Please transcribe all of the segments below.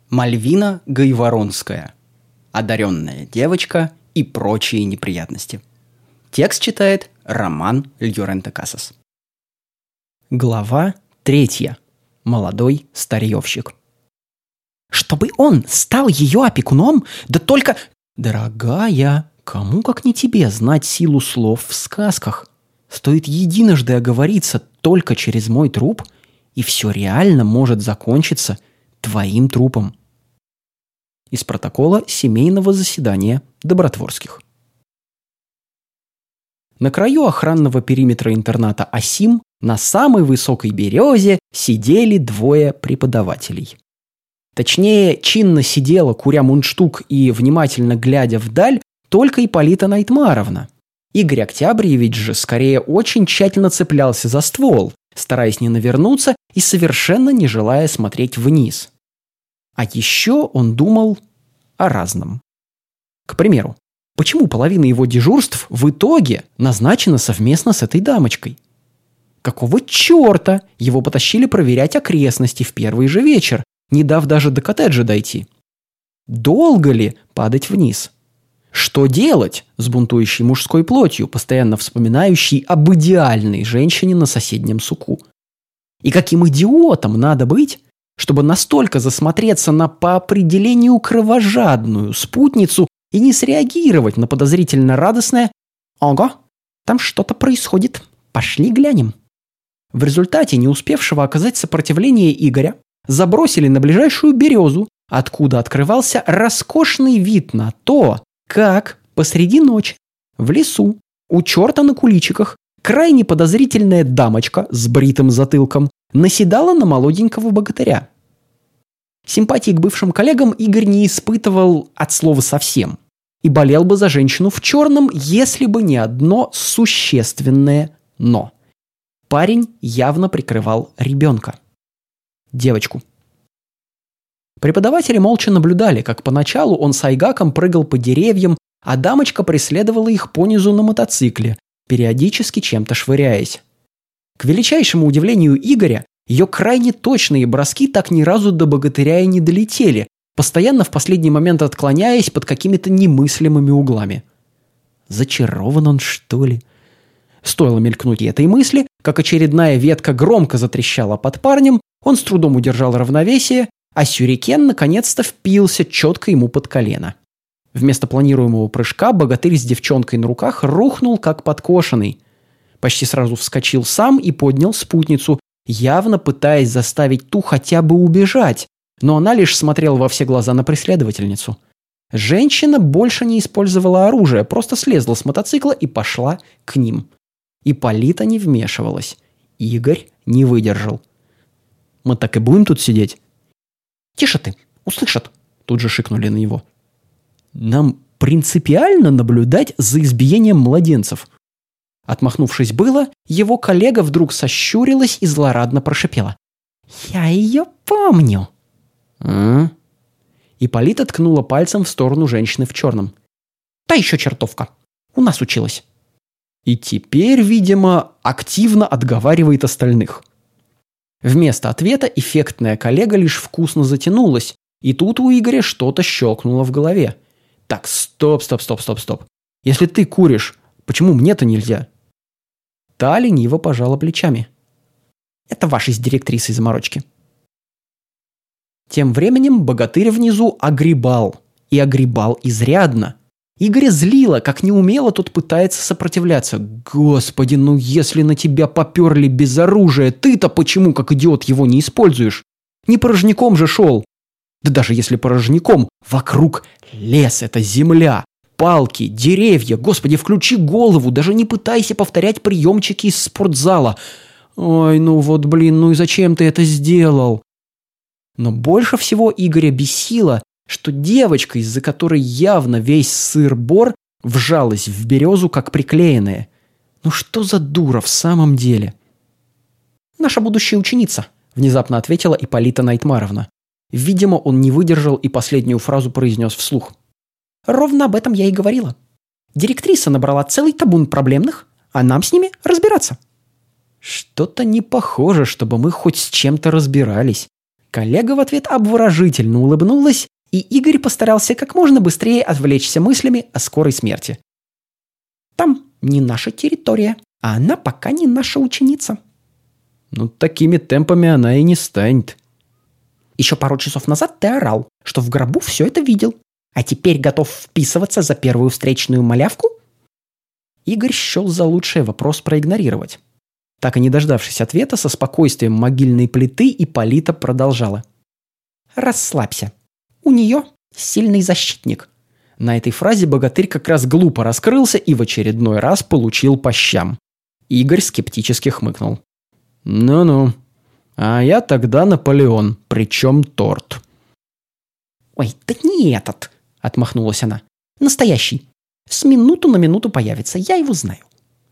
Мальвина Гайворонская. Одаренная девочка и прочие неприятности. Текст читает Роман Льоренте Касас. Глава 3. Молодой старьевщик. «Чтобы он стал ее опекуном? Да только...» «Дорогая, кому как не тебе знать силу слов в сказках? Стоит единожды оговориться только через мой труп, и все реально может закончиться твоим трупом». Из протокола семейного заседания Добротворских. На краю охранного периметра интерната Асим на самой высокой березе сидели двое преподавателей. Точнее, чинно сидела, куря мундштук и внимательно глядя вдаль, только Ипполита Найтмаровна. Игорь Октябрьевич же скорее очень тщательно цеплялся за ствол, стараясь не навернуться и совершенно не желая смотреть вниз. А еще он думал о разном. К примеру, почему половина его дежурств в итоге назначена совместно с этой дамочкой? Какого черта его потащили проверять окрестности в первый же вечер, не дав даже до коттеджа дойти? Долго ли падать вниз? Что делать с бунтующей мужской плотью, постоянно вспоминающей об идеальной женщине на соседнем суку? И каким идиотом надо быть, чтобы настолько засмотреться на по определению кровожадную спутницу и не среагировать на подозрительно радостное «Ого, там что-то происходит, пошли глянем». В результате не успевшего оказать сопротивление Игоря забросили на ближайшую березу, откуда открывался роскошный вид на то, как посреди ночи в лесу у черта на куличиках крайне подозрительная дамочка с бритым затылком наседала на молоденького богатыря. Симпатии к бывшим коллегам Игорь не испытывал от слова совсем и болел бы за женщину в черном, если бы не одно существенное «но». Парень явно прикрывал ребенка. Девочку. Преподаватели молча наблюдали, как поначалу он с айгаком прыгал по деревьям, а дамочка преследовала их понизу на мотоцикле, периодически чем-то швыряясь. К величайшему удивлению Игоря, ее крайне точные броски так ни разу до богатыря и не долетели, постоянно в последний момент отклоняясь под какими-то немыслимыми углами. Зачарован он, что ли? Стоило мелькнуть и этой мысли, как очередная ветка громко затрещала под парнем, он с трудом удержал равновесие, а сюрикен наконец-то впился четко ему под колено. Вместо планируемого прыжка богатырь с девчонкой на руках рухнул как подкошенный. Почти сразу вскочил сам и поднял спутницу, явно пытаясь заставить ту хотя бы убежать, но она лишь смотрела во все глаза на преследовательницу. Женщина больше не использовала оружие, просто слезла с мотоцикла и пошла к ним. Ипполита не вмешивалась. Игорь не выдержал. «Мы так и будем тут сидеть?» «Тише ты, услышат!» Тут же шикнули на него. «Нам принципиально наблюдать за избиением младенцев». Отмахнувшись было, его коллега вдруг сощурилась и злорадно прошипела. «Я ее помню!» Ипполита ткнула пальцем в сторону женщины в черном. «Та еще чертовка. У нас училась». И теперь, видимо, активно отговаривает остальных. Вместо ответа эффектная коллега лишь вкусно затянулась, и тут у Игоря что-то щелкнуло в голове. Так, стоп. Если ты куришь, почему мне-то нельзя? Та лениво пожала плечами. Это ваши с директрисой заморочки. Тем временем богатырь внизу огребал. И огребал изрядно. Игоря злило, как неумело тот пытается сопротивляться. Господи, ну если на тебя поперли без оружия, ты-то почему, как идиот, его не используешь? Не порожняком же шел. Да даже если порожняком, вокруг лес, это земля, палки, деревья. Господи, включи голову, даже не пытайся повторять приемчики из спортзала. Ой, ну вот блин, ну и зачем ты это сделал? Но больше всего Игоря бесило, что девочка, из-за которой явно весь сыр-бор, вжалась в березу, как приклеенная. Ну что за дура в самом деле? «Наша будущая ученица», — внезапно ответила Ипполита Найтмаровна. Видимо, он не выдержал и последнюю фразу произнес вслух. «Ровно об этом я и говорила. Директриса набрала целый табун проблемных, а нам с ними разбираться». «Что-то не похоже, чтобы мы хоть с чем-то разбирались», Коллега в ответ обворожительно улыбнулась, и Игорь постарался как можно быстрее отвлечься мыслями о скорой смерти. «Там не наша территория, а она пока не наша ученица». Ну, такими темпами она и не станет. «Еще пару часов назад ты орал, что в гробу все это видел, а теперь готов вписываться за первую встречную малявку?» Игорь счел за лучшее вопрос проигнорировать. Так и не дождавшись ответа, со спокойствием могильной плиты Ипполита продолжала. «Расслабься. У нее сильный защитник». На этой фразе богатырь как раз глупо раскрылся и в очередной раз получил по щам. Игорь скептически хмыкнул. Ну-ну. А я тогда Наполеон, причем торт. «Ой, да не этот!» — отмахнулась она. «Настоящий. С минуту на минуту появится. Я его знаю».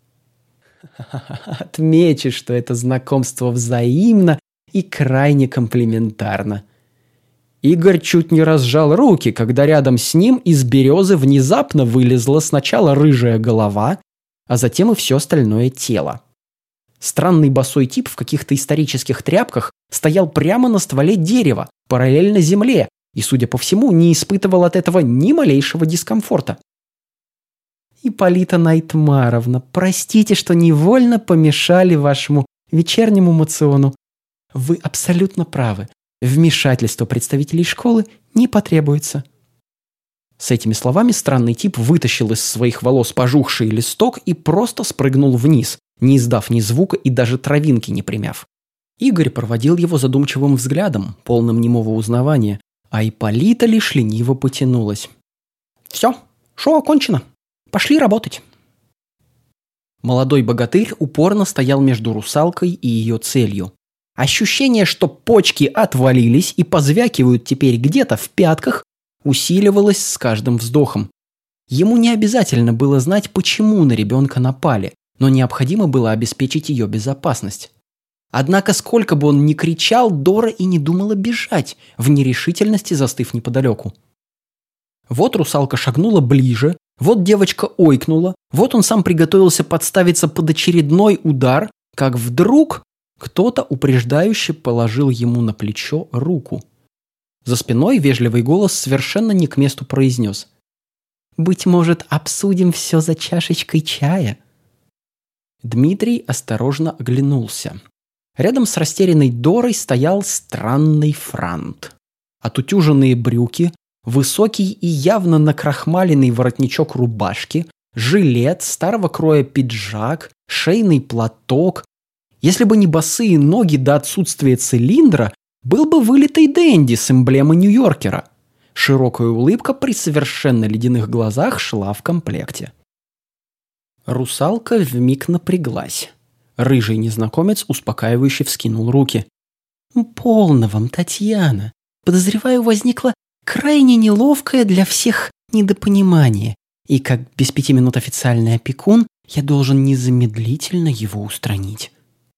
Отмечу, что это знакомство взаимно и крайне комплиментарно. Игорь чуть не разжал руки, когда рядом с ним из березы внезапно вылезла сначала рыжая голова, а затем и все остальное тело. Странный босой тип в каких-то исторических тряпках стоял прямо на стволе дерева, параллельно земле, и, судя по всему, не испытывал от этого ни малейшего дискомфорта. «Ипполита Найтмаровна, простите, что невольно помешали вашему вечернему моциону. Вы абсолютно правы. Вмешательство представителей школы не потребуется». С этими словами странный тип вытащил из своих волос пожухший листок и просто спрыгнул вниз, не издав ни звука и даже травинки не примяв. Игорь проводил его задумчивым взглядом, полным немого узнавания, а Ипполита лишь лениво потянулась. «Все, шоу окончено. Пошли работать». Молодой богатырь упорно стоял между русалкой и ее целью. Ощущение, что почки отвалились и позвякивают теперь где-то в пятках, усиливалось с каждым вздохом. Ему не обязательно было знать, почему на ребенка напали, но необходимо было обеспечить ее безопасность. Однако, сколько бы он ни кричал, Дора и не думала бежать, в нерешительности застыв неподалеку. Вот русалка шагнула ближе, вот девочка ойкнула, вот он сам приготовился подставиться под очередной удар, как вдруг кто-то упреждающе положил ему на плечо руку. За спиной вежливый голос совершенно не к месту произнес: «Быть может, обсудим все за чашечкой чая?» Дмитрий осторожно оглянулся. Рядом с растерянной Дорой стоял странный франт. Отутюженные брюки, высокий и явно накрахмаленный воротничок рубашки, жилет, старого кроя пиджак, шейный платок. Если бы не босые ноги до отсутствия цилиндра, был бы вылитый денди с эмблемой Нью-Йоркера. Широкая улыбка при совершенно ледяных глазах шла в комплекте. Русалка вмиг напряглась. Рыжий незнакомец успокаивающе вскинул руки. «Полно вам, Татьяна. Подозреваю, возникло крайне неловкое для всех недопонимание, и как без 5 минут официальный опекун я должен незамедлительно его устранить».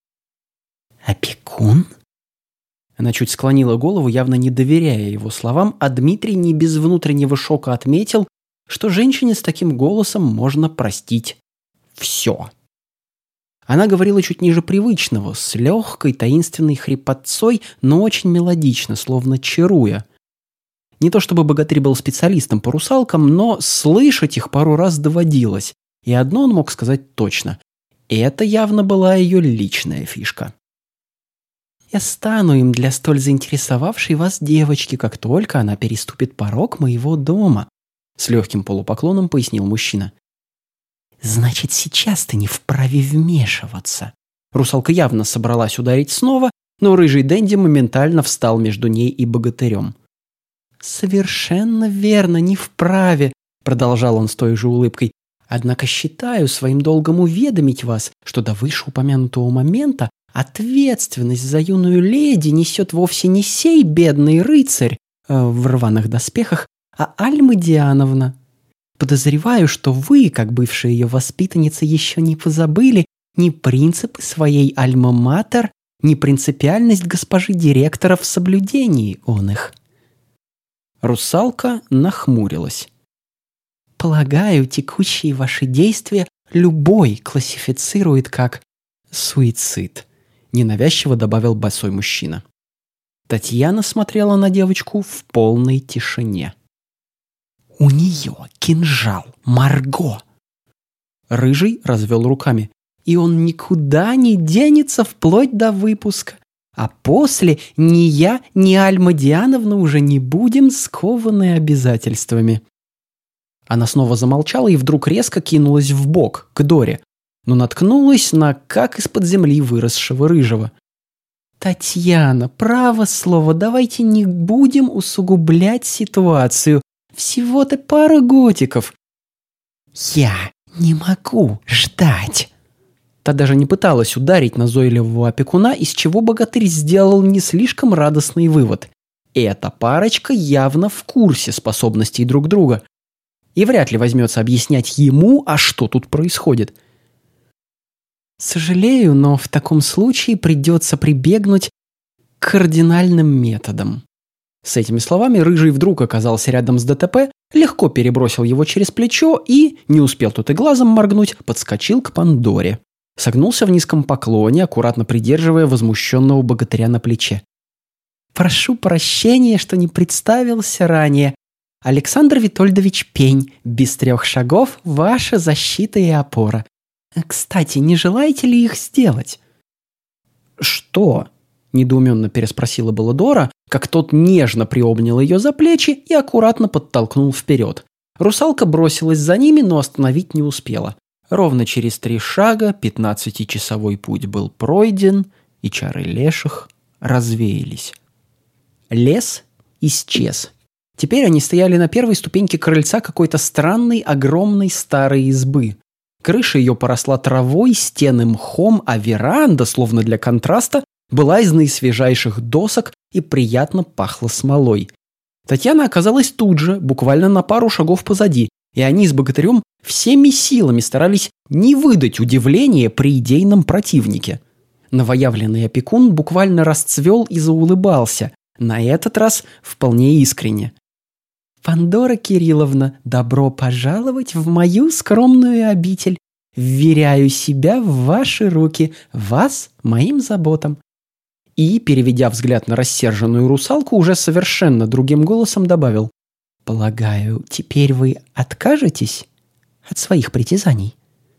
«Опекун?» Она чуть склонила голову, явно не доверяя его словам, а Дмитрий не без внутреннего шока отметил, что женщине с таким голосом можно простить все. Она говорила чуть ниже привычного, с легкой таинственной хрипотцой, но очень мелодично, словно чаруя. Не то чтобы богатырь был специалистом по русалкам, но слышать их пару раз доводилось, и одно он мог сказать точно – это явно была ее личная фишка. «Я стану им для столь заинтересовавшей вас девочки, как только она переступит порог моего дома», — с легким полупоклоном пояснил мужчина. «Значит, сейчас ты не вправе вмешиваться». Русалка явно собралась ударить снова, но рыжий Дэнди моментально встал между ней и богатырем. «Совершенно верно, не вправе», — продолжал он с той же улыбкой. «Однако считаю своим долгом уведомить вас, что до вышеупомянутого момента ответственность за юную леди несет вовсе не сей бедный рыцарь в рваных доспехах, а Альма Диановна. Подозреваю, что вы, как бывшая ее воспитанница, еще не позабыли ни принципы своей альма-матер, ни принципиальность госпожи директора в соблюдении он их». Русалка нахмурилась. «Полагаю, текущие ваши действия любой классифицирует как суицид», — ненавязчиво добавил босой мужчина. Татьяна смотрела на девочку в полной тишине. «У нее кинжал, Марго!» Рыжий развел руками. «И он никуда не денется вплоть до выпуска. А после ни я, ни Альма Диановна уже не будем скованы обязательствами». Она снова замолчала и вдруг резко кинулась вбок, к Доре, но наткнулась на как из-под земли выросшего Рыжего. «Татьяна, право слово, давайте не будем усугублять ситуацию. Всего-то пара годиков». «Я не могу ждать». Та даже не пыталась ударить назойливого опекуна, из чего богатырь сделал не слишком радостный вывод. Эта парочка явно в курсе способностей друг друга. И вряд ли возьмется объяснять ему, а что тут происходит. «Сожалею, но в таком случае придется прибегнуть к кардинальным методам». С этими словами Рыжий вдруг оказался рядом с ДТП, легко перебросил его через плечо и, не успел тот и глазом моргнуть, подскочил к Пандоре. Согнулся в низком поклоне, аккуратно придерживая возмущенного богатыря на плече. «Прошу прощения, что не представился ранее. Александр Витольдович Пень, без 3 шагов ваша защита и опора. Кстати, не желаете ли их сделать?» «Что?» – недоуменно переспросила была Дора, как тот нежно приобнял ее за плечи и аккуратно подтолкнул вперед. Русалка бросилась за ними, но остановить не успела. Ровно через 3 шага 15-часовой путь был пройден, и чары леших развеялись. Лес исчез. Теперь они стояли на первой ступеньке крыльца какой-то странной, огромной старой избы. Крыша ее поросла травой, стены мхом, а веранда, словно для контраста, была из наисвежайших досок и приятно пахла смолой. Татьяна оказалась тут же, буквально на пару шагов позади, и они с богатырем всеми силами старались не выдать удивления при идейном противнике. Новоявленный опекун буквально расцвел и заулыбался, на этот раз вполне искренне. «Пандора Кирилловна, добро пожаловать в мою скромную обитель. Вверяю себя в ваши руки, вас моим заботам». И, переведя взгляд на рассерженную русалку, уже совершенно другим голосом добавил: «Полагаю, теперь вы откажетесь от своих притязаний?»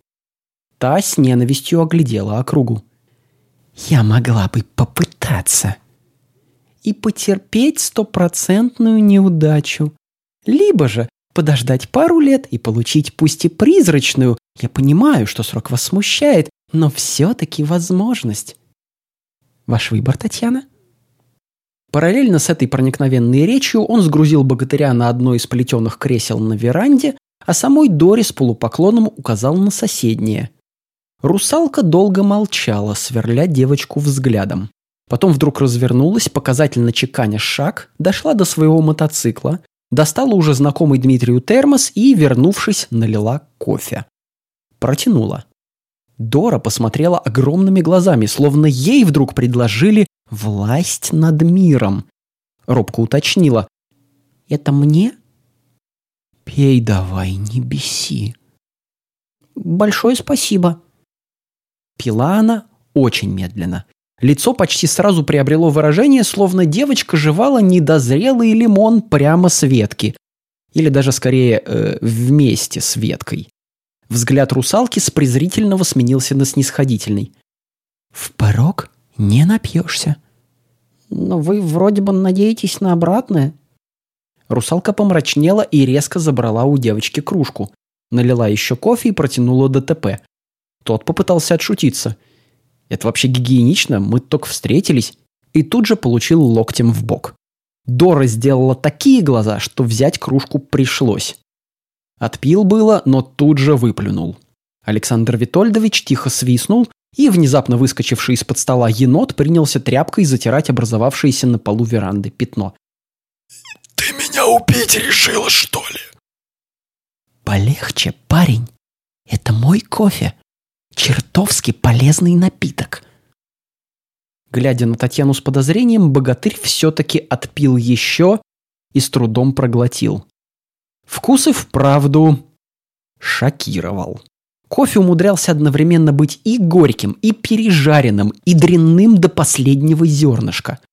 Та с ненавистью оглядела округу. «Я могла бы попытаться и потерпеть 100% неудачу. Либо же подождать пару лет и получить пусть и призрачную, я понимаю, что срок вас смущает, но все-таки возможность. Ваш выбор, Татьяна?» Параллельно с этой проникновенной речью он сгрузил богатыря на одно из плетеных кресел на веранде, а самой Доре с полупоклоном указал на соседнее. Русалка долго молчала, сверля девочку взглядом. Потом вдруг развернулась, показательно чеканя шаг, дошла до своего мотоцикла, достала уже знакомый Дмитрию термос и, вернувшись, налила кофе. Протянула. Дора посмотрела огромными глазами, словно ей вдруг предложили власть над миром. Робко уточнила: «Это мне?» «Пей давай, не беси». «Большое спасибо». Пила она очень медленно. Лицо почти сразу приобрело выражение, словно девочка жевала недозрелый лимон прямо с ветки. Или даже скорее вместе с веткой. Взгляд русалки с презрительного сменился на снисходительный. «Впрок не напьешься». «Но вы вроде бы надеетесь на обратное». Русалка помрачнела и резко забрала у девочки кружку. Налила еще кофе и протянула ДТП. Тот попытался отшутиться. «Это вообще гигиенично, мы только встретились». И тут же получил локтем в бок. Дора сделала такие глаза, что взять кружку пришлось. Отпил было, но тут же выплюнул. Александр Витольдович тихо свистнул, и внезапно выскочивший из-под стола енот принялся тряпкой затирать образовавшееся на полу веранды пятно. «Ты меня убить решила, что ли?» «Полегче, парень. Это мой кофе. Чертовски полезный напиток». Глядя на Татьяну с подозрением, богатырь все-таки отпил еще и с трудом проглотил. Вкус и вправду шокировал. Кофе умудрялся одновременно быть и горьким, и пережаренным, и дрянным до последнего зернышка.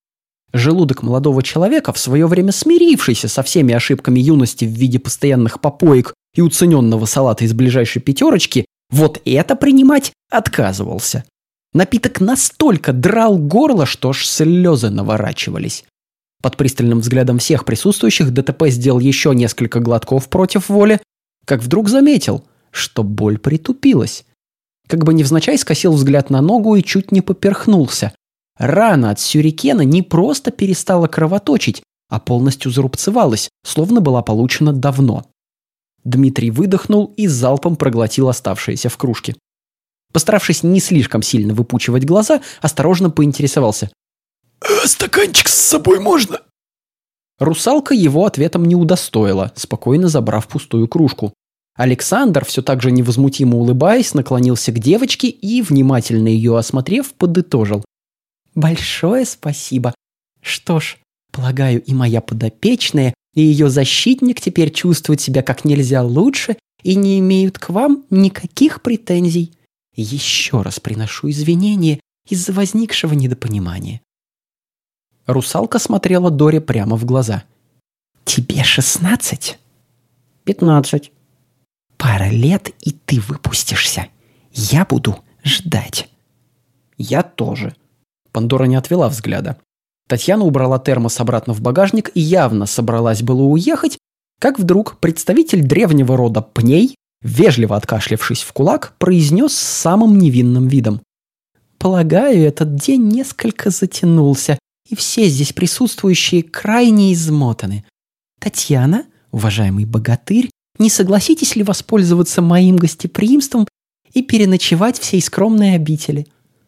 Желудок молодого человека, в свое время смирившийся со всеми ошибками юности в виде постоянных попоек и уцененного салата из ближайшей пятерочки, вот это принимать отказывался. Напиток настолько драл горло, что аж слезы наворачивались. Под пристальным взглядом всех присутствующих ДТП сделал еще несколько глотков против воли, как вдруг заметил, что боль притупилась. Как бы невзначай скосил взгляд на ногу и чуть не поперхнулся. Рана от сюрикена не просто перестала кровоточить, а полностью зарубцевалась, словно была получена давно. Дмитрий выдохнул и залпом проглотил оставшиеся в кружке. Постаравшись не слишком сильно выпучивать глаза, осторожно поинтересовался. «Стаканчик с собой можно?» Русалка его ответом не удостоила, спокойно забрав пустую кружку. Александр, все так же невозмутимо улыбаясь, наклонился к девочке и, внимательно ее осмотрев, подытожил. «Большое спасибо. Что ж, полагаю, и моя подопечная, и ее защитник теперь чувствуют себя как нельзя лучше и не имеют к вам никаких претензий. Еще раз приношу извинения из-за возникшего недопонимания». Русалка смотрела Доре прямо в глаза. «Тебе 16?» «15». «Пара лет, и ты выпустишься. Я буду ждать». «Я тоже». Пандора не отвела взгляда. Татьяна убрала термос обратно в багажник и явно собралась было уехать, как вдруг представитель древнего рода Пней, вежливо откашлявшись в кулак, произнес с самым невинным видом. «Полагаю, этот день несколько затянулся, и все здесь присутствующие крайне измотаны. Татьяна, уважаемый богатырь, не согласитесь ли воспользоваться моим гостеприимством и переночевать в сей скромной обители?»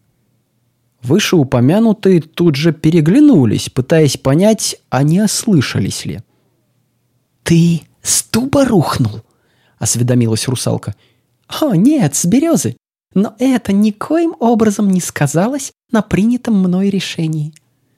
Вышеупомянутые тут же переглянулись, пытаясь понять, а не ослышались ли. «Ты с дуба рухнул?» — осведомилась русалка. «О, нет, с березы. Но это никоим образом не сказалось на принятом мной решении».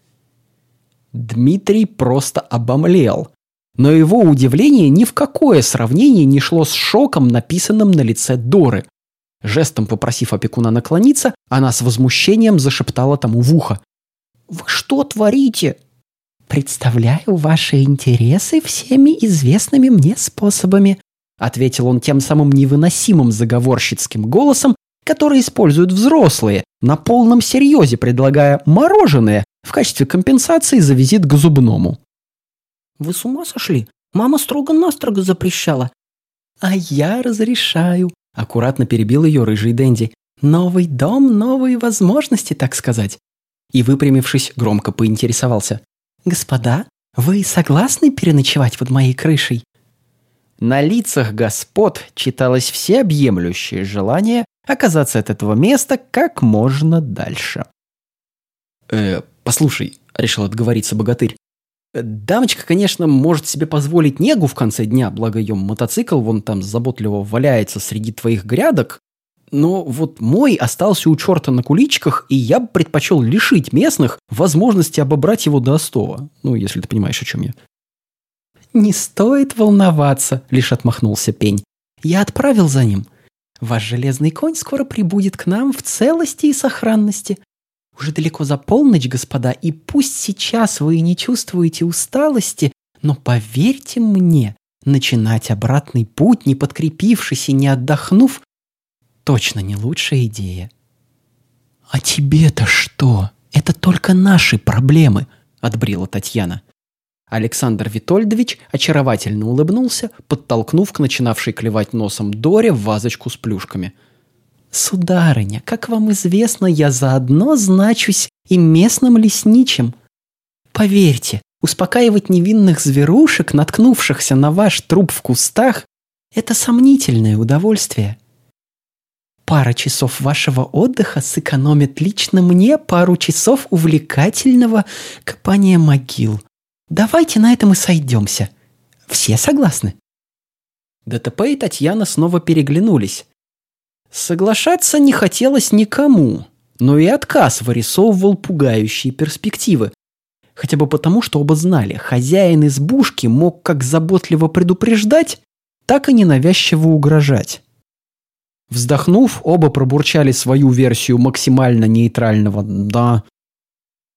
Дмитрий просто обомлел. Но его удивление ни в какое сравнение не шло с шоком, написанным на лице Доры. Жестом попросив опекуна наклониться, она с возмущением зашептала тому в ухо. «Вы что творите?» «Представляю ваши интересы всеми известными мне способами», ответил он тем самым невыносимым заговорщицким голосом, который используют взрослые, на полном серьезе предлагая мороженое в качестве компенсации за визит к зубному. «Вы с ума сошли? Мама строго-настрого запрещала». «А я разрешаю», — аккуратно перебил ее рыжий Дэнди. «Новый дом, новые возможности, так сказать». И, выпрямившись, громко поинтересовался. «Господа, вы согласны переночевать под моей крышей?» На лицах господ читалось всеобъемлющее желание оказаться от этого места как можно дальше. «Послушай», — решил отговориться богатырь, «дамочка, конечно, может себе позволить негу в конце дня, благо ее мотоцикл вон там заботливо валяется среди твоих грядок, но вот мой остался у черта на куличках, и я бы предпочел лишить местных возможности обобрать его до остова. Ну, если ты понимаешь, о чем я». «Не стоит волноваться», — лишь отмахнулся Пень. «Я отправил за ним. Ваш железный конь скоро прибудет к нам в целости и сохранности. Уже далеко за полночь, господа, и пусть сейчас вы и не чувствуете усталости, но поверьте мне, начинать обратный путь, не подкрепившись и не отдохнув, точно не лучшая идея». «А тебе-то что? Это только наши проблемы», — отбрила Татьяна. Александр Витольдович очаровательно улыбнулся, подтолкнув к начинавшей клевать носом Доре вазочку с плюшками. «Сударыня, как вам известно, я заодно значусь и местным лесничим. Поверьте, успокаивать невинных зверушек, наткнувшихся на ваш труп в кустах, это сомнительное удовольствие. Пара часов вашего отдыха сэкономит лично мне пару часов увлекательного копания могил. Давайте на этом и сойдемся. Все согласны?» ДТП и Татьяна снова переглянулись. Соглашаться не хотелось никому, но и отказ вырисовывал пугающие перспективы. Хотя бы потому, что оба знали, хозяин избушки мог как заботливо предупреждать, так и ненавязчиво угрожать. Вздохнув, оба пробурчали свою версию максимально нейтрального «да».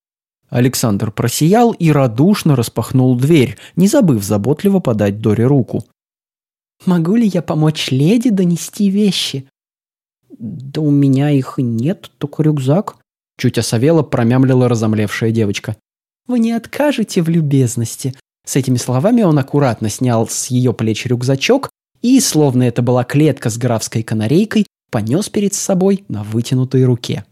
Александр просиял и радушно распахнул дверь, не забыв заботливо подать Доре руку. «Могу ли я помочь леди донести вещи?» «Да у меня их и нет, только рюкзак», — чуть осовело промямлила разомлевшая девочка. «Вы не откажете в любезности?» С этими словами он аккуратно снял с ее плеч рюкзачок и, словно это была клетка с графской канарейкой, понес перед собой на вытянутой руке.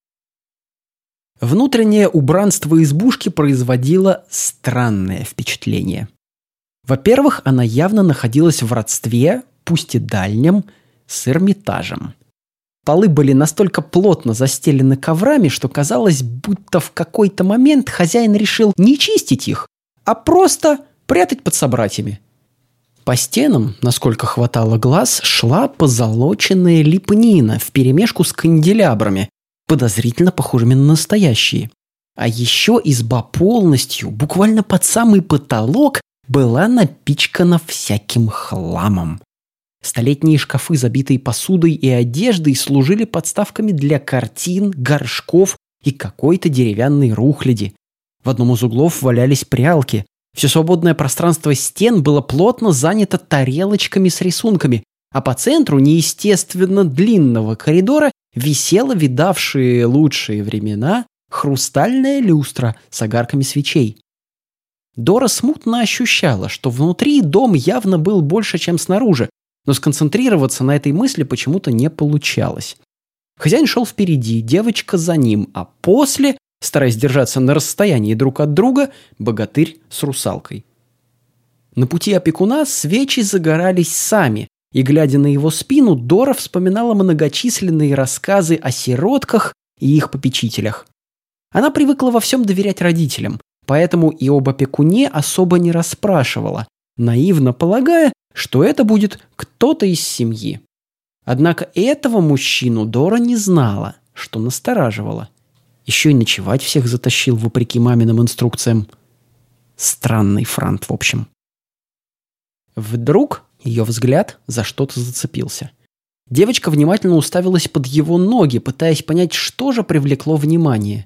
Внутреннее убранство избушки производило странное впечатление. Во-первых, она явно находилась в родстве, пусть и дальнем, с Эрмитажем. Полы были настолько плотно застелены коврами, что казалось, будто в какой-то момент хозяин решил не чистить их, а просто прятать под собратьями. По стенам, насколько хватало глаз, шла позолоченная лепнина вперемешку с канделябрами, подозрительно похожими на настоящие. А еще изба полностью, буквально под самый потолок, была напичкана всяким хламом. Столетние шкафы, забитые посудой и одеждой, служили подставками для картин, горшков и какой-то деревянной рухляди. В одном из углов валялись прялки. Все свободное пространство стен было плотно занято тарелочками с рисунками, а по центру неестественно длинного коридора висела видавшие лучшие времена хрустальная люстра с огарками свечей. Дора смутно ощущала, что внутри дом явно был больше, чем снаружи, но сконцентрироваться на этой мысли почему-то не получалось. Хозяин шел впереди, девочка за ним, а после, стараясь держаться на расстоянии друг от друга, богатырь с русалкой. На пути опекуна свечи загорались сами, и, глядя на его спину, Дора вспоминала многочисленные рассказы о сиротках и их попечителях. Она привыкла во всем доверять родителям, поэтому и об опекуне особо не расспрашивала, наивно полагая, что это будет кто-то из семьи. Однако этого мужчину Дора не знала, что настораживало. Еще и ночевать всех затащил, вопреки маминым инструкциям. Странный франт, в общем. Вдруг ее взгляд за что-то зацепился. Девочка внимательно уставилась под его ноги, пытаясь понять, что же привлекло внимание.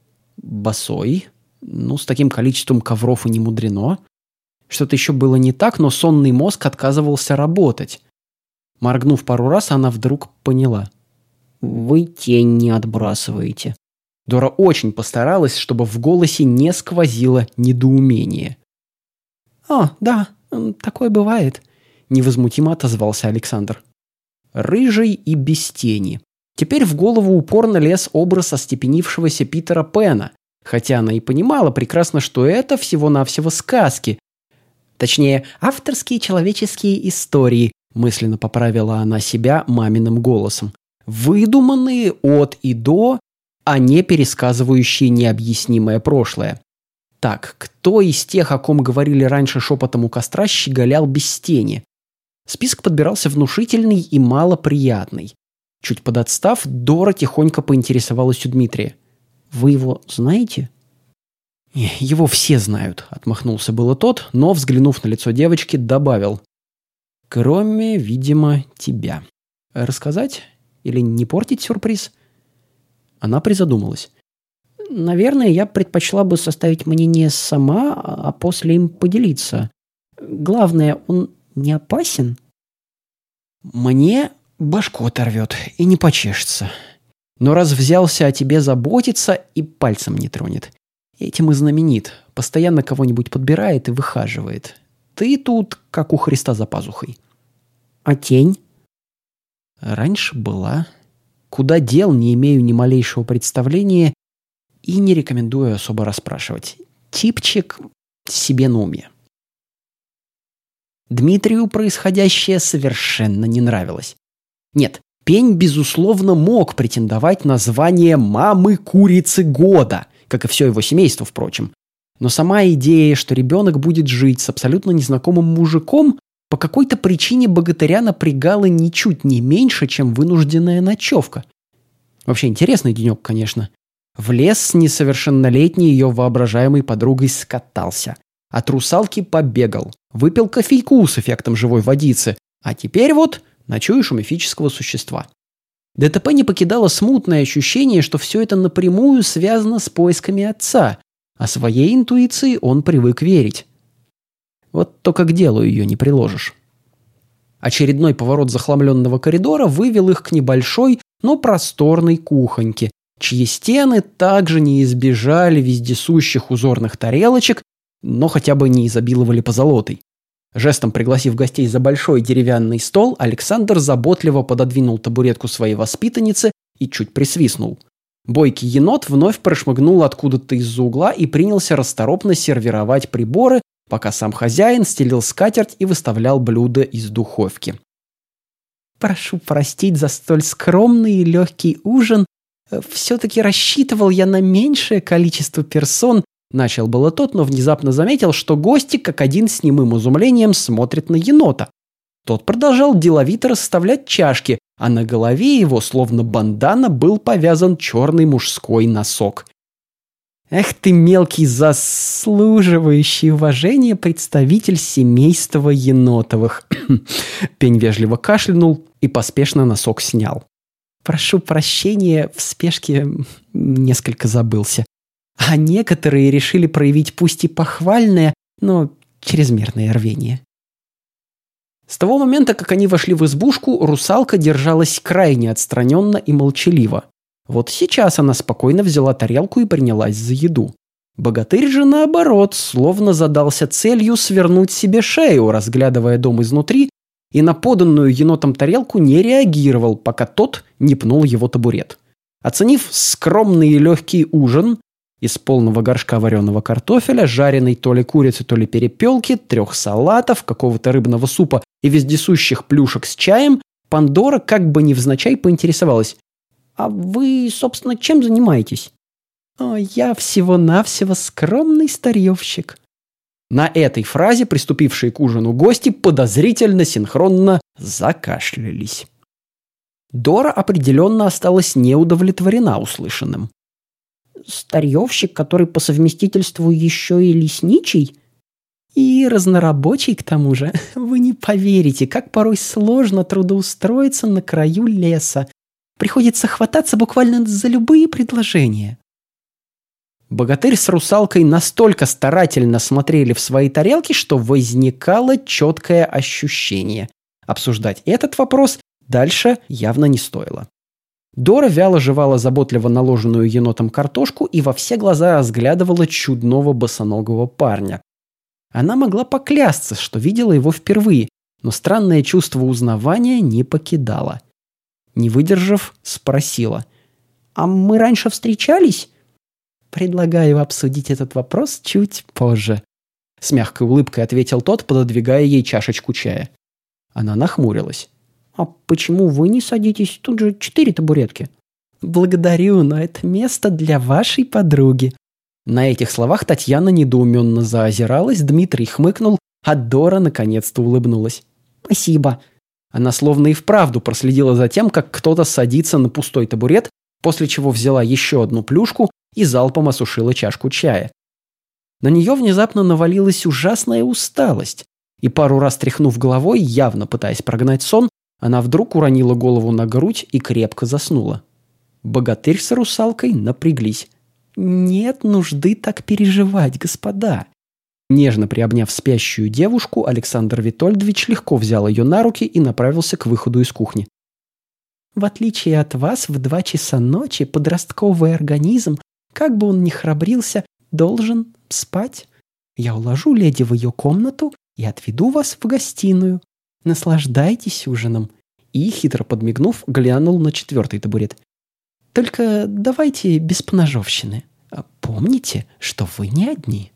Босой? С таким количеством ковров и не мудрено. Что-то еще было не так, но сонный мозг отказывался работать. Моргнув пару раз, она вдруг поняла. «Вы тень не отбрасываете». Дора очень постаралась, чтобы в голосе не сквозило недоумение. «О, да, такое бывает», — невозмутимо отозвался Александр. Рыжий и без тени. Теперь в голову упорно лез образ остепенившегося Питера Пэна, хотя она и понимала прекрасно, что это всего-навсего сказки. Точнее, авторские человеческие истории, мысленно поправила она себя маминым голосом. Выдуманные от и до, а не пересказывающие необъяснимое прошлое. Так, кто из тех, о ком говорили раньше шепотом у костра, щеголял без тени? Список подбирался внушительный и малоприятный. Чуть подотстав, Дора тихонько поинтересовалась у Дмитрия. «Вы его знаете?» «Его все знают», — отмахнулся было тот, но, взглянув на лицо девочки, добавил. «Кроме, видимо, тебя. Рассказать? Или не портить сюрприз?» Она призадумалась. «Наверное, я предпочла бы составить мнение сама, а после им поделиться. Главное, он не опасен?» «Мне башку оторвет и не почешется. Но раз взялся о тебе заботиться, и пальцем не тронет. Этим и знаменит. Постоянно кого-нибудь подбирает и выхаживает. Ты тут, как у Христа за пазухой». «А тень?» «Раньше была. Куда дел, не имею ни малейшего представления и не рекомендую особо расспрашивать. Типчик себе на уме». Дмитрию происходящее совершенно не нравилось. Нет, Пень, безусловно, мог претендовать на звание «мамы-курицы года», как и все его семейство, впрочем. Но сама идея, что ребенок будет жить с абсолютно незнакомым мужиком, по какой-то причине богатыря напрягала ничуть не меньше, чем вынужденная ночевка. Вообще интересный денек, конечно. В лес с несовершеннолетней ее воображаемой подругой скатался. От русалки побегал. Выпил кофейку с эффектом живой водицы. А теперь вот ночуешь у мифического существа. ДТП не покидало смутное ощущение, что все это напрямую связано с поисками отца. А своей интуиции он привык верить. Вот только к делу ее не приложишь. Очередной поворот захламленного коридора вывел их к небольшой, но просторной кухоньке, чьи стены также не избежали вездесущих узорных тарелочек, но хотя бы не изобиловали позолотой. Жестом пригласив гостей за большой деревянный стол, Александр заботливо пододвинул табуретку своей воспитаннице и чуть присвистнул. Бойкий енот вновь прошмыгнул откуда-то из-за угла и принялся расторопно сервировать приборы, пока сам хозяин стелил скатерть и выставлял блюда из духовки. «Прошу простить за столь скромный и легкий ужин. Все-таки рассчитывал я на меньшее количество персон», начал было тот, но внезапно заметил, что гости как один с немым изумлением смотрят на енота. Тот продолжал деловито расставлять чашки, а на голове его, словно бандана, был повязан черный мужской носок. «Эх ты, мелкий, заслуживающий уважения представитель семейства енотовых!» Пень вежливо кашлянул и поспешно носок снял. «Прошу прощения, в спешке несколько забылся. А некоторые решили проявить пусть и похвальное, но чрезмерное рвение». С того момента, как они вошли в избушку, русалка держалась крайне отстраненно и молчаливо. Вот сейчас она спокойно взяла тарелку и принялась за еду. Богатырь же, наоборот, словно задался целью свернуть себе шею, разглядывая дом изнутри, и на поданную енотом тарелку не реагировал, пока тот не пнул его табурет. Оценив скромный и легкий ужин из полного горшка вареного картофеля, жареной то ли курицы, то ли перепелки, 3 салатов, какого-то рыбного супа и вездесущих плюшек с чаем, Пандора как бы невзначай поинтересовалась: «А вы, собственно, чем занимаетесь?» «Я всего-навсего скромный старьевщик». На этой фразе приступившие к ужину гости подозрительно синхронно закашлялись. Дора определенно осталась неудовлетворена услышанным. «Старьевщик, который по совместительству еще и лесничий?» «И разнорабочий, к тому же. Вы не поверите, как порой сложно трудоустроиться на краю леса. Приходится хвататься буквально за любые предложения». Богатырь с русалкой настолько старательно смотрели в свои тарелки, что возникало четкое ощущение. Обсуждать этот вопрос дальше явно не стоило. Дора вяло жевала заботливо наложенную енотом картошку и во все глаза разглядывала чудного босоногого парня. Она могла поклясться, что видела его впервые, но странное чувство узнавания не покидало. Не выдержав, спросила: «А мы раньше встречались?» «Предлагаю обсудить этот вопрос чуть позже», — с мягкой улыбкой ответил тот, пододвигая ей чашечку чая. Она нахмурилась. «А почему вы не садитесь? Тут же 4 табуретки». «Благодарю, но это место для вашей подруги». На этих словах Татьяна недоуменно заозиралась, Дмитрий хмыкнул, а Дора наконец-то улыбнулась. «Спасибо». Она словно и вправду проследила за тем, как кто-то садится на пустой табурет, после чего взяла еще одну плюшку и залпом осушила чашку чая. На нее внезапно навалилась ужасная усталость, и пару раз тряхнув головой, явно пытаясь прогнать сон, она вдруг уронила голову на грудь и крепко заснула. Богатырь с русалкой напряглись. «Нет нужды так переживать, господа». Нежно приобняв спящую девушку, Александр Витольдович легко взял ее на руки и направился к выходу из кухни. «В отличие от вас, в 2 часа ночи подростковый организм, как бы он ни храбрился, должен спать. Я уложу леди в ее комнату и отведу вас в гостиную. Наслаждайтесь ужином». И, хитро подмигнув, глянул на 4-й табурет. «Только давайте без поножовщины. Помните, что вы не одни».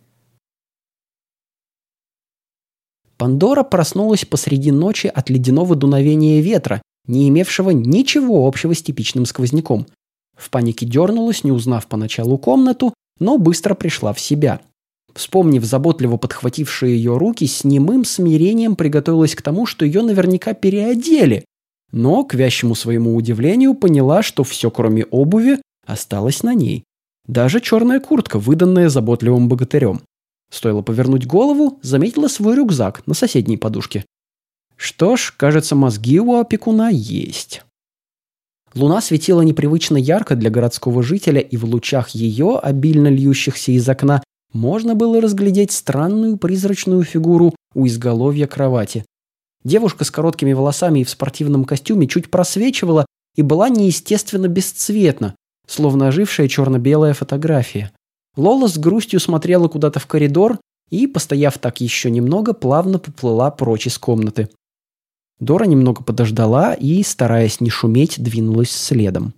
Пандора проснулась посреди ночи от ледяного дуновения ветра, не имевшего ничего общего с типичным сквозняком. В панике дернулась, не узнав поначалу комнату, но быстро пришла в себя. Вспомнив заботливо подхватившие ее руки, с немым смирением приготовилась к тому, что ее наверняка переодели. Но, к вящему своему удивлению, поняла, что все, кроме обуви, осталось на ней. Даже черная куртка, выданная заботливым богатырем. Стоило повернуть голову, заметила свой рюкзак на соседней подушке. Что ж, кажется, мозги у опекуна есть. Луна светила непривычно ярко для городского жителя, и в лучах ее, обильно льющихся из окна, можно было разглядеть странную призрачную фигуру у изголовья кровати. Девушка с короткими волосами и в спортивном костюме чуть просвечивала и была неестественно бесцветна, словно ожившая черно-белая фотография. Лола с грустью смотрела куда-то в коридор и, постояв так еще немного, плавно поплыла прочь из комнаты. Дора немного подождала и, стараясь не шуметь, двинулась следом.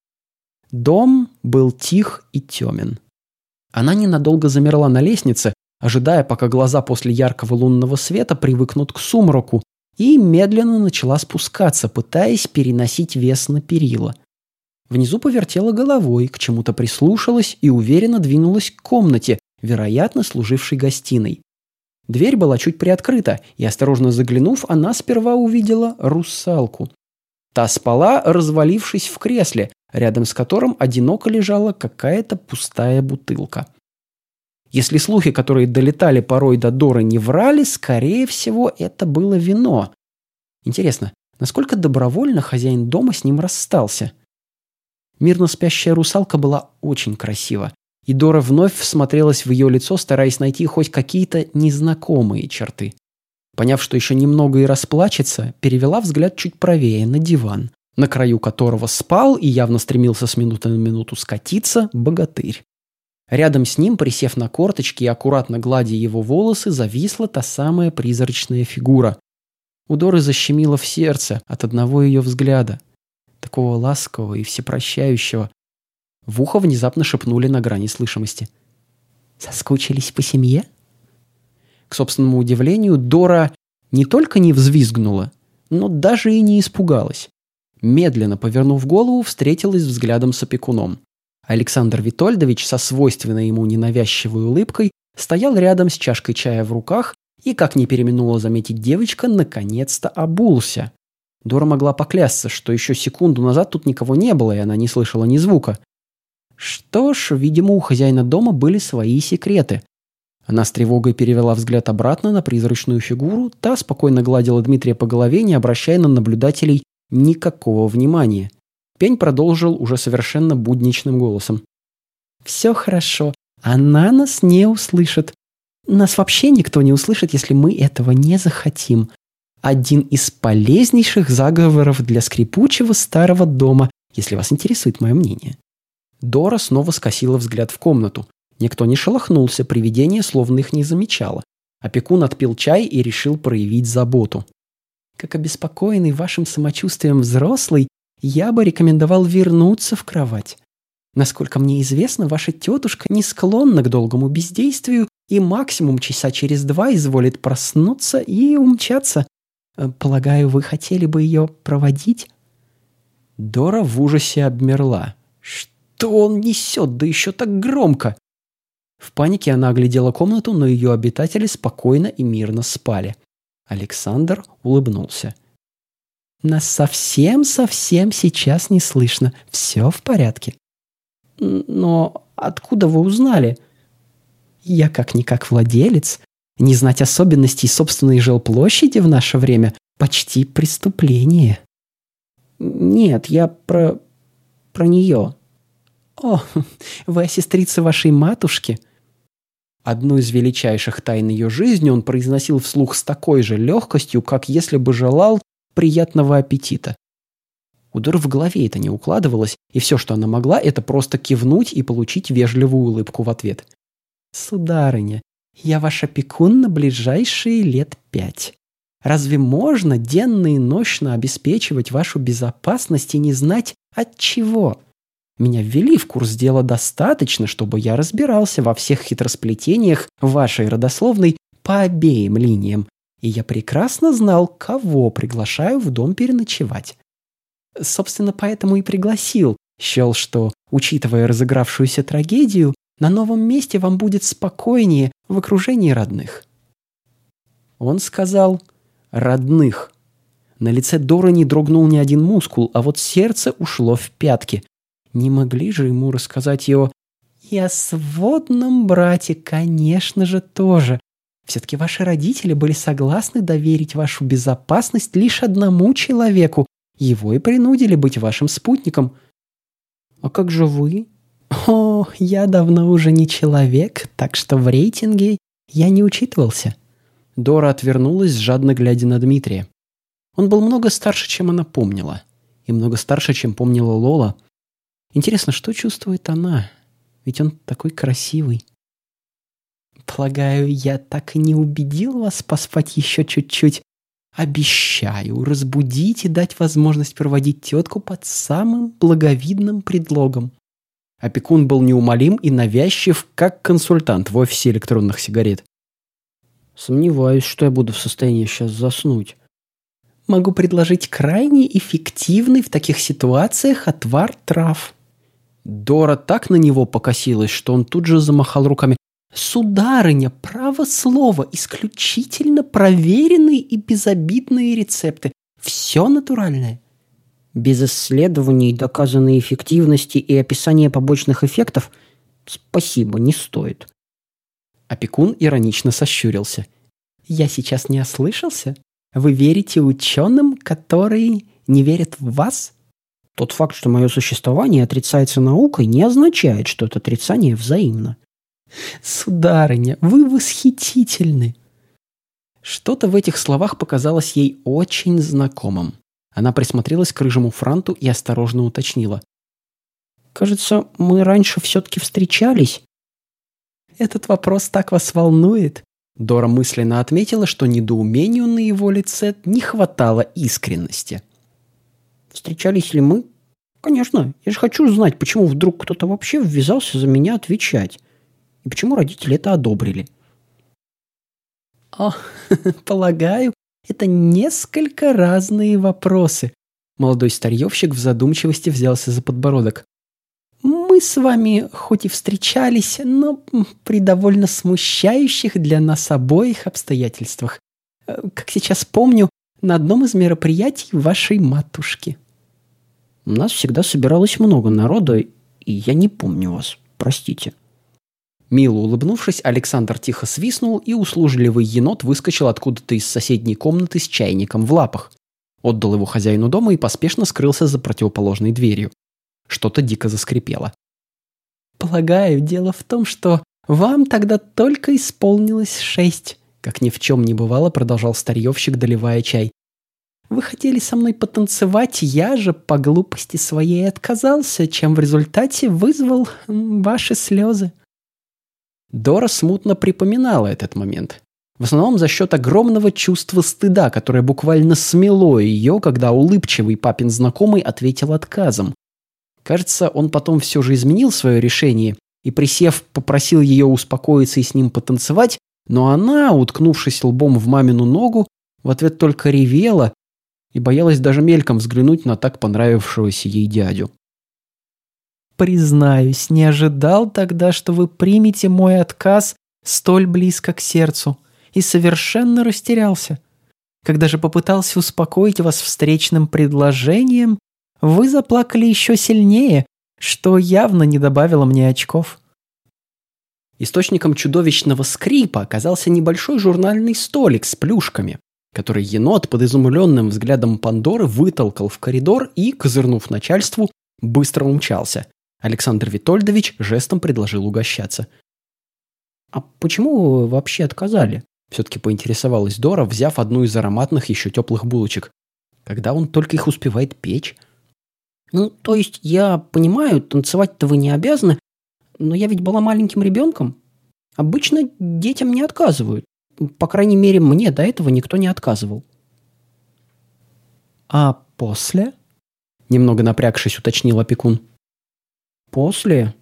Дом был тих и темен. Она ненадолго замерла на лестнице, ожидая, пока глаза после яркого лунного света привыкнут к сумраку, и медленно начала спускаться, пытаясь переносить вес на перила. Внизу повертела головой, к чему-то прислушалась и уверенно двинулась к комнате, вероятно, служившей гостиной. Дверь была чуть приоткрыта, и, осторожно заглянув, она сперва увидела русалку. Та спала, развалившись в кресле, рядом с которым одиноко лежала какая-то пустая бутылка. Если слухи, которые долетали порой до Доры, не врали, скорее всего, это было вино. Интересно, насколько добровольно хозяин дома с ним расстался? Мирно спящая русалка была очень красива, и Дора вновь всмотрелась в ее лицо, стараясь найти хоть какие-то незнакомые черты. Поняв, что еще немного и расплачется, перевела взгляд чуть правее, на диван, на краю которого спал и явно стремился с минуты на минуту скатиться богатырь. Рядом с ним, присев на корточки и аккуратно гладя его волосы, зависла та самая призрачная фигура. У Доры защемило в сердце от одного ее взгляда, такого ласкового и всепрощающего. В ухо внезапно шепнули на грани слышимости. «Соскучились по семье?» К собственному удивлению, Дора не только не взвизгнула, но даже и не испугалась. Медленно повернув голову, встретилась взглядом с опекуном. Александр Витольдович со свойственной ему ненавязчивой улыбкой стоял рядом с чашкой чая в руках и, как не переминула заметить девочка, наконец-то обулся. Дора могла поклясться, что еще секунду назад тут никого не было, и она не слышала ни звука. Что ж, видимо, у хозяина дома были свои секреты. Она с тревогой перевела взгляд обратно на призрачную фигуру, та спокойно гладила Дмитрия по голове, не обращая на наблюдателей никакого внимания. Пень продолжил уже совершенно будничным голосом. «Все хорошо. Она нас не услышит. Нас вообще никто не услышит, если мы этого не захотим. Один из полезнейших заговоров для скрипучего старого дома, если вас интересует мое мнение». Дора снова скосила взгляд в комнату. Никто не шелохнулся, привидение словно их не замечало. Опекун отпил чай и решил проявить заботу. «Как обеспокоенный вашим самочувствием взрослый, я бы рекомендовал вернуться в кровать. Насколько мне известно, ваша тетушка не склонна к долгому бездействию и максимум часа через 2 изволит проснуться и умчаться. Полагаю, вы хотели бы ее проводить?» Дора в ужасе обмерла. «Что он несет, да еще так громко?» В панике она оглядела комнату, но ее обитатели спокойно и мирно спали. Александр улыбнулся. «Нас совсем сейчас не слышно. Все в порядке». «Но откуда вы узнали?» «Я как-никак владелец. Не знать особенностей собственной жилплощади в наше время – почти преступление». «Нет, я про нее». «О, вы о сестрице вашей матушки?» Одну из величайших тайн ее жизни он произносил вслух с такой же легкостью, как если бы желал приятного аппетита. У Доры в голове это не укладывалось, и все, что она могла, это просто кивнуть и получить вежливую улыбку в ответ. «Сударыня, я ваш опекун на ближайшие 5 лет. Разве можно денно и нощно обеспечивать вашу безопасность и не знать от чего? Меня ввели в курс дела достаточно, чтобы я разбирался во всех хитросплетениях вашей родословной по обеим линиям, и я прекрасно знал, кого приглашаю в дом переночевать. Собственно, поэтому и пригласил. Счел, что, учитывая разыгравшуюся трагедию, на новом месте вам будет спокойнее в окружении родных». Он сказал «родных». На лице Доры не дрогнул ни один мускул, а вот сердце ушло в пятки. Не могли же ему рассказать его «И о сводном брате, конечно же, тоже. Все-таки ваши родители были согласны доверить вашу безопасность лишь одному человеку. Его и принудили быть вашим спутником». «А как же вы?» О, я давно уже не человек, так что в рейтинге я не учитывался. Дора отвернулась, жадно глядя на Дмитрия. Он был много старше, чем она помнила. И много старше, чем помнила Лола. Интересно, что чувствует она? Ведь он такой красивый. Полагаю, я так и не убедил вас поспать еще чуть-чуть. Обещаю разбудить и дать возможность проводить тетку под самым благовидным предлогом. Опекун был неумолим и навязчив, как консультант в офисе электронных сигарет. Сомневаюсь, что я буду в состоянии сейчас заснуть. Могу предложить крайне эффективный в таких ситуациях отвар трав. Дора так на него покосилась, что он тут же замахал руками. Сударыня, право слово, исключительно проверенные и безобидные рецепты. Все натуральное. Без исследований, доказанной эффективности и описания побочных эффектов? Спасибо, не стоит. Опекун иронично сощурился. Я сейчас не ослышался? Вы верите ученым, которые не верят в вас? Тот факт, что мое существование отрицается наукой, не означает, что это отрицание взаимно. Сударыня, вы восхитительны. Что-то в этих словах показалось ей очень знакомым. Она присмотрелась к рыжему франту и осторожно уточнила. Кажется, мы раньше все-таки встречались. Этот вопрос так вас волнует? Дора мысленно отметила, что недоумению на его лице не хватало искренности. Встречались ли мы? Конечно, я же хочу знать, почему вдруг кто-то вообще ввязался за меня отвечать. И почему родители это одобрили. О, полагаю, это несколько разные вопросы. Молодой старьевщик в задумчивости взялся за подбородок. Мы с вами хоть и встречались, но при довольно смущающих для нас обоих обстоятельствах. Как сейчас помню, на одном из мероприятий вашей матушки. У нас всегда собиралось много народа, и я не помню вас. Простите. Мило улыбнувшись, Александр тихо свистнул, и услужливый енот выскочил откуда-то из соседней комнаты с чайником в лапах. Отдал его хозяину дома и поспешно скрылся за противоположной дверью. Что-то дико заскрипело. Полагаю, дело в том, что вам тогда только исполнилось 6. Как ни в чем не бывало, продолжал старьевщик, доливая чай. Вы хотели со мной потанцевать, я же по глупости своей отказался, чем в результате вызвал ваши слезы. Дора смутно припоминала этот момент. В основном за счет огромного чувства стыда, которое буквально смело ее, когда улыбчивый папин знакомый ответил отказом. Кажется, он потом все же изменил свое решение и, присев, попросил ее успокоиться и с ним потанцевать, но она, уткнувшись лбом в мамину ногу, в ответ только ревела и боялась даже мельком взглянуть на так понравившегося ей дядю. Признаюсь, не ожидал тогда, что вы примете мой отказ столь близко к сердцу, и совершенно растерялся. Когда же попытался успокоить вас встречным предложением, вы заплакали еще сильнее, что явно не добавило мне очков. Источником чудовищного скрипа оказался небольшой журнальный столик с плюшками, который енот под изумленным взглядом Пандоры вытолкал в коридор и, козырнув начальству, быстро умчался. Александр Витольдович жестом предложил угощаться. «А почему вы вообще отказали?» Все-таки поинтересовалась Дора, взяв одну из ароматных еще теплых булочек. Когда он только их успевает печь? То есть, я понимаю, танцевать-то вы не обязаны, но я ведь была маленьким ребенком. Обычно детям не отказывают. По крайней мере, мне до этого никто не отказывал. А после? Немного напрягшись, уточнил опекун. После?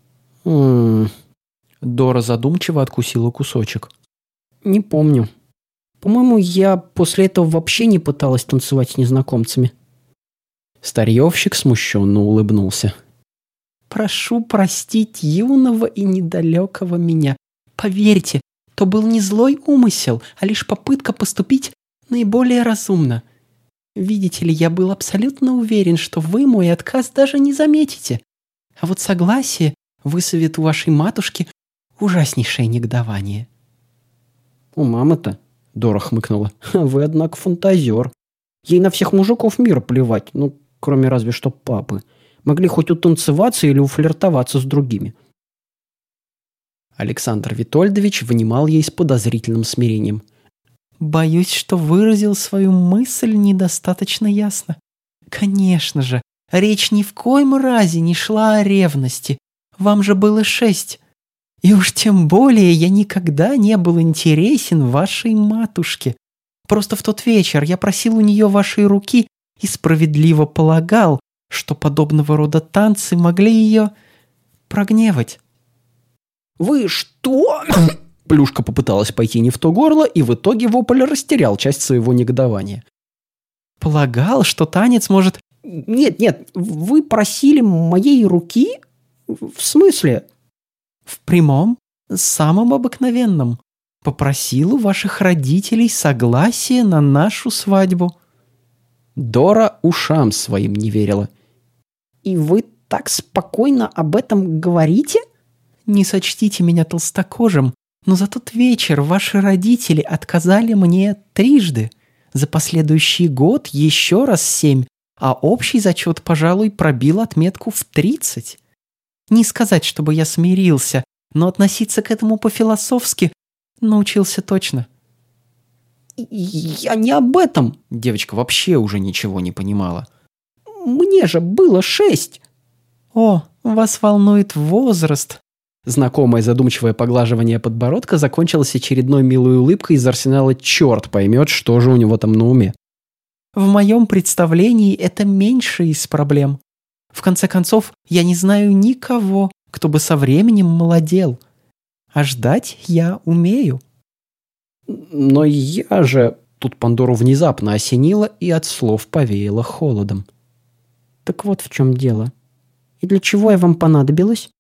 Дора задумчиво откусила кусочек. Не помню. По-моему, я после этого вообще не пыталась танцевать с незнакомцами. Старьевщик смущенно улыбнулся. Прошу простить юного и недалекого меня. Поверьте, то был не злой умысел, а лишь попытка поступить наиболее разумно. Видите ли, я был абсолютно уверен, что вы мой отказ даже не заметите. А вот согласие вызовет у вашей матушки ужаснейшее негодование. У мамы-то, Дора хмыкнула, вы, однако, фантазер. Ей на всех мужиков мира плевать, кроме разве что папы. Могли хоть утанцеваться или уфлиртоваться с другими. Александр Витольдович внимал ей с подозрительным смирением. «Боюсь, что выразил свою мысль недостаточно ясно. Конечно же, речь ни в коем разе не шла о ревности. Вам же было 6. И уж тем более я никогда не был интересен вашей матушке. Просто в тот вечер я просил у нее вашей руки и справедливо полагал, что подобного рода танцы могли ее прогневать». «Вы что?» Плюшка попыталась пойти не в то горло, и в итоге вопль растерял часть своего негодования. «Полагал, что танец может...» Нет, вы просили моей руки? В смысле? «В прямом, самом обыкновенном. Попросил у ваших родителей согласия на нашу свадьбу». Дора ушам своим не верила. И вы так спокойно об этом говорите? Не сочтите меня толстокожим, но за тот вечер ваши родители отказали мне 3. За последующий год еще раз 7, а общий зачет, пожалуй, пробил отметку в 30. Не сказать, чтобы я смирился, но относиться к этому по-философски научился точно. Я не об этом. Девочка вообще уже ничего не понимала. Мне же было 6. О, вас волнует возраст. Знакомое задумчивое поглаживание подбородка закончилось очередной милой улыбкой из арсенала «Черт поймет, что же у него там на уме». В моем представлении это меньше из проблем. В конце концов, я не знаю никого, кто бы со временем молодел. А ждать я умею. Но я же... Тут Пандору внезапно осенило и от слов повеяло холодом. Так вот в чем дело. И для чего я вам понадобилась?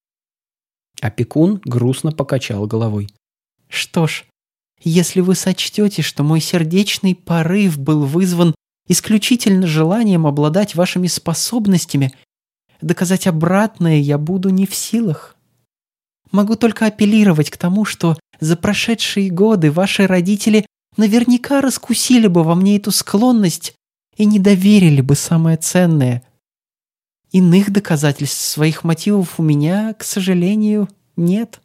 Опекун грустно покачал головой. Что ж, если вы сочтете, что мой сердечный порыв был вызван исключительно желанием обладать вашими способностями, доказать обратное я буду не в силах. Могу только апеллировать к тому, что за прошедшие годы ваши родители наверняка раскусили бы во мне эту склонность и не доверили бы самое ценное. Иных доказательств своих мотивов у меня, к сожалению, нет.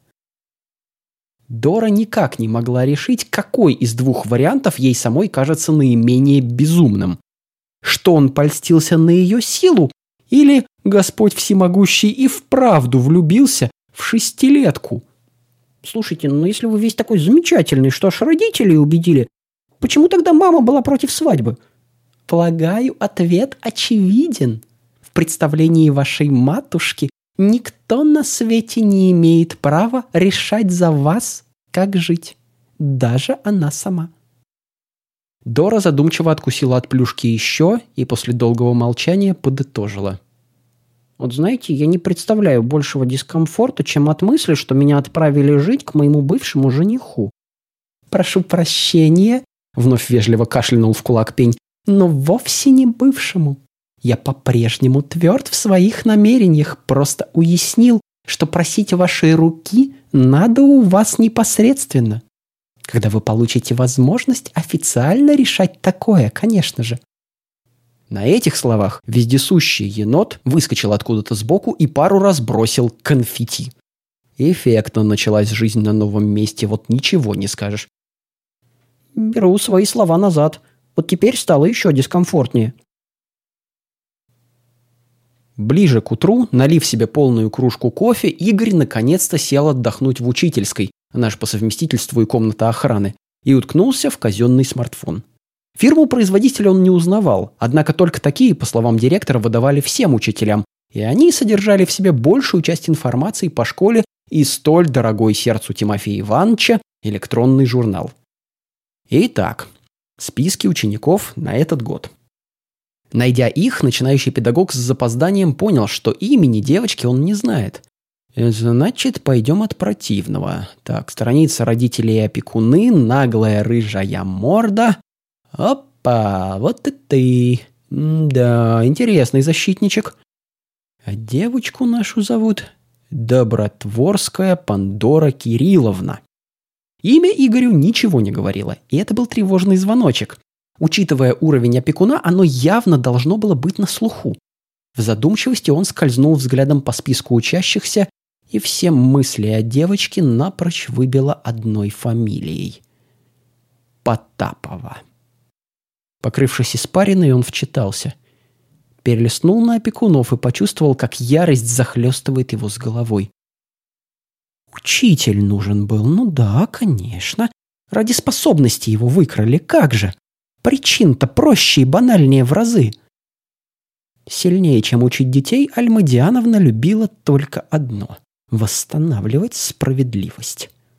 Дора никак не могла решить, какой из двух вариантов ей самой кажется наименее безумным. Что он польстился на ее силу, или Господь Всемогущий и вправду влюбился в 6-летку. Слушайте, но если вы весь такой замечательный, что аж родителей убедили, почему тогда мама была против свадьбы? Полагаю, ответ очевиден. В представлении вашей матушки никто на свете не имеет права решать за вас, как жить. Даже она сама. Дора задумчиво откусила от плюшки еще и после долгого молчания подытожила. Вот знаете, я не представляю большего дискомфорта, чем от мысли, что меня отправили жить к моему бывшему жениху. Прошу прощения, вновь вежливо кашлянул в кулак Пень, но вовсе не бывшему. Я по-прежнему тверд в своих намерениях, просто уяснил, что просить вашей руки надо у вас непосредственно. Когда вы получите возможность официально решать такое, конечно же. На этих словах вездесущий енот выскочил откуда-то сбоку и пару раз бросил конфетти. Эффектно началась жизнь на новом месте, вот ничего не скажешь. Беру свои слова назад. Вот теперь стало еще дискомфортнее. Ближе к утру, налив себе полную кружку кофе, Игорь наконец-то сел отдохнуть в учительской, она же по совместительству и комната охраны, и уткнулся в казенный смартфон. Фирму производителя он не узнавал, однако только такие, по словам директора, выдавали всем учителям, и они содержали в себе большую часть информации по школе и столь дорогой сердцу Тимофея Ивановича электронный журнал. Итак, списки учеников на этот год. Найдя их, начинающий педагог с запозданием понял, что имени девочки он не знает. Значит, пойдем от противного. Так, страница родителей и опекуны, наглая рыжая морда. Опа, вот и ты. Да, интересный защитничек. А девочку нашу зовут Добротворская Пандора Кирилловна. Имя Игорю ничего не говорило, и это был тревожный звоночек. Учитывая уровень опекуна, оно явно должно было быть на слуху. В задумчивости он скользнул взглядом по списку учащихся, и все мысли о девочке напрочь выбило одной фамилией – Потапова. Покрывшись испариной, он вчитался. Перелистнул на опекунов и почувствовал, как ярость захлестывает его с головой. Учитель нужен был, ну да, конечно. Ради способности его выкрали, как же? Причин-то проще и банальнее в разы. Сильнее, чем учить детей, Альмадиановна любила только одно – восстанавливать справедливость.